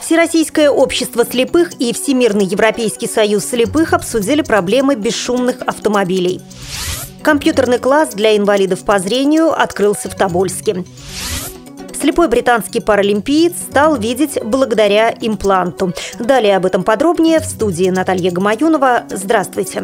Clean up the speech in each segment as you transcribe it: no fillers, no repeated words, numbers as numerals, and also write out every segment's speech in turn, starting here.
Всероссийское общество слепых и Всемирный европейский союз слепых обсудили проблемы бесшумных автомобилей. Компьютерный класс для инвалидов по зрению открылся в Тобольске. Слепой британский паралимпиец стал видеть благодаря импланту. Далее об этом подробнее в студии Наталья Гамаюнова. Здравствуйте.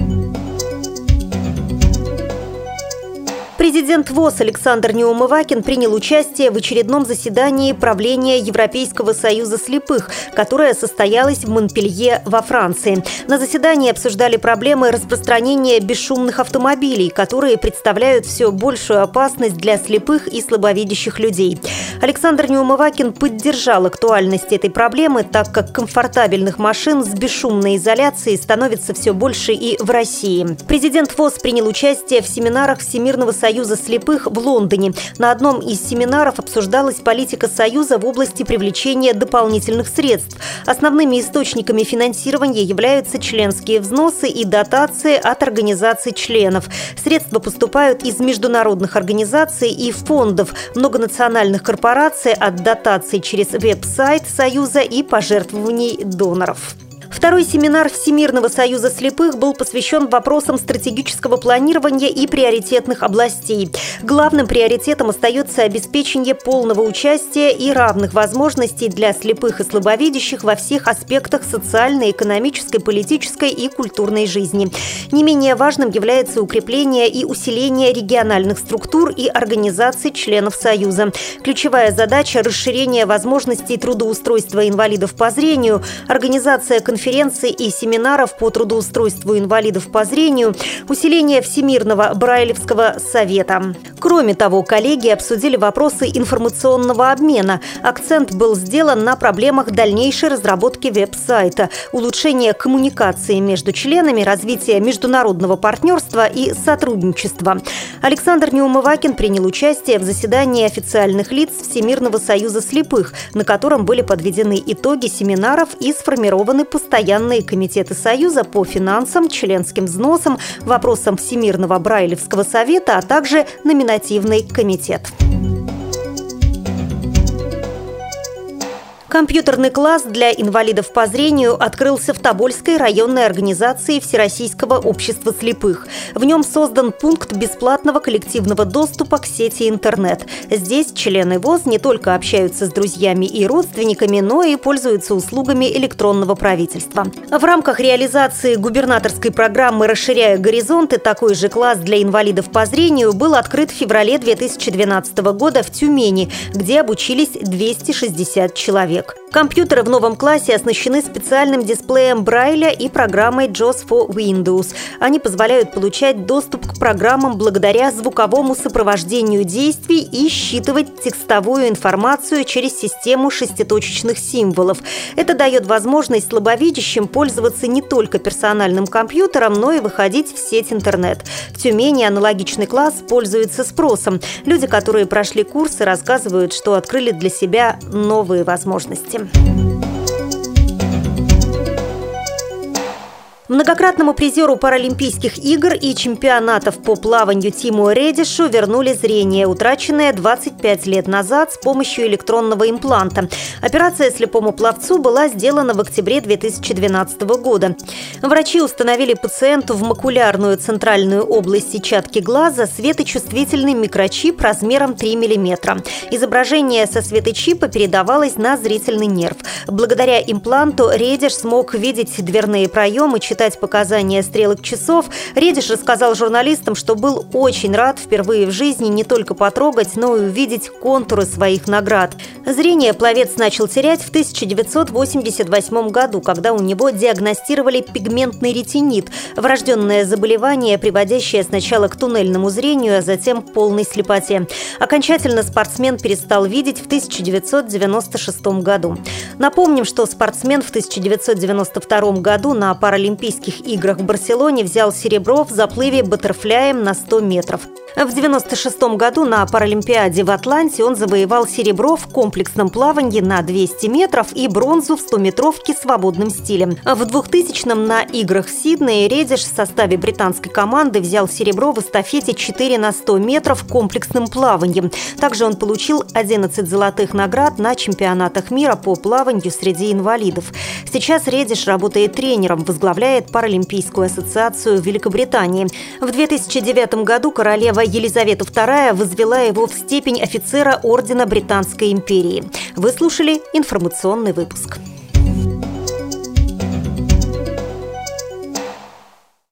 Президент ВОС Александр Неумывакин принял участие в очередном заседании правления Европейского союза слепых, которое состоялось в Монпелье во Франции. На заседании обсуждали проблемы распространения бесшумных автомобилей, которые представляют все большую опасность для слепых и слабовидящих людей. Александр Неумывакин поддержал актуальность этой проблемы, так как комфортабельных машин с бесшумной изоляцией становится все больше и в России. Президент ВОС принял участие в семинарах Всемирного союза слепых в Лондоне. На одном из семинаров обсуждалась политика Союза в области привлечения дополнительных средств. Основными источниками финансирования являются членские взносы и дотации от организаций членов. Средства поступают из международных организаций и фондов, многонациональных корпораций, от дотаций через веб-сайт Союза и пожертвований доноров. Второй семинар Всемирного союза слепых был посвящен вопросам стратегического планирования и приоритетных областей. Главным приоритетом остается обеспечение полного участия и равных возможностей для слепых и слабовидящих во всех аспектах социальной, экономической, политической и культурной жизни. Не менее важным является укрепление и усиление региональных структур и организаций членов Союза. Ключевая задача – расширение возможностей трудоустройства инвалидов по зрению, организация конференций и семинаров по трудоустройству инвалидов по зрению, усиление Всемирного Брайлевского совета. Кроме того, коллеги обсудили вопросы информационного обмена. Акцент был сделан на проблемах дальнейшей разработки веб-сайта, улучшения коммуникации между членами, развития международного партнерства и сотрудничества. Александр Неумывакин принял участие в заседании официальных лиц Всемирного союза слепых, на котором были подведены итоги семинаров и сформированы постоянные комитеты Союза по финансам, членским взносам, вопросам Всемирного Брайлевского совета, а также номинативный комитет. Компьютерный класс для инвалидов по зрению открылся в Тобольской районной организации Всероссийского общества слепых. В нем создан пункт бесплатного коллективного доступа к сети интернет. Здесь члены ВОС не только общаются с друзьями и родственниками, но и пользуются услугами электронного правительства. В рамках реализации губернаторской программы «Расширяя горизонты» такой же класс для инвалидов по зрению был открыт в феврале 2012 года в Тюмени, где обучились 260 человек. Компьютеры в новом классе оснащены специальным дисплеем Брайля и программой JAWS for Windows. Они позволяют получать доступ к программам благодаря звуковому сопровождению действий и считывать текстовую информацию через систему шеститочечных символов. Это дает возможность слабовидящим пользоваться не только персональным компьютером, но и выходить в сеть интернет. В Тюмени аналогичный класс пользуется спросом. Люди, которые прошли курсы, рассказывают, что открыли для себя новые возможности. Многократному призеру Паралимпийских игр и чемпионатов по плаванию Тиму Редишу вернули зрение, утраченное 25 лет назад с помощью электронного импланта. Операция слепому пловцу была сделана в октябре 2012 года. Врачи установили пациенту в макулярную центральную область сетчатки глаза светочувствительный микрочип размером 3 мм. Изображение со светочипа передавалось на зрительный нерв. Благодаря импланту Редиш смог видеть дверные проемы, читать показания стрелок часов. Редиш рассказал журналистам, что был очень рад впервые в жизни не только потрогать, но и увидеть контуры своих наград. Зрение пловец начал терять в 1988 году, когда у него диагностировали пигментный ретинит – врожденное заболевание, приводящее сначала к туннельному зрению, а затем к полной слепоте. Окончательно спортсмен перестал видеть в 1996 году. Напомним, что спортсмен в 1992 году на Паралимпийских играх в Барселоне взял серебро в заплыве баттерфляем на 100 метров. В 1996 году на Паралимпиаде в Атланте он завоевал серебро в комплексном плавании на 200 метров и бронзу в 100-метровке свободным стилем. В 2000-м на играх в Сиднее Редиш в составе британской команды взял серебро в эстафете 4 на 100 метров комплексным плаванием. Также он получил 11 золотых наград на чемпионатах мира по плаванию среди инвалидов. Сейчас Редиш работает тренером, возглавляет Паралимпийскую ассоциацию Великобритании. В 2009 году королева Елизавета II возвела его в степень офицера Ордена Британской империи. Вы слушали информационный выпуск.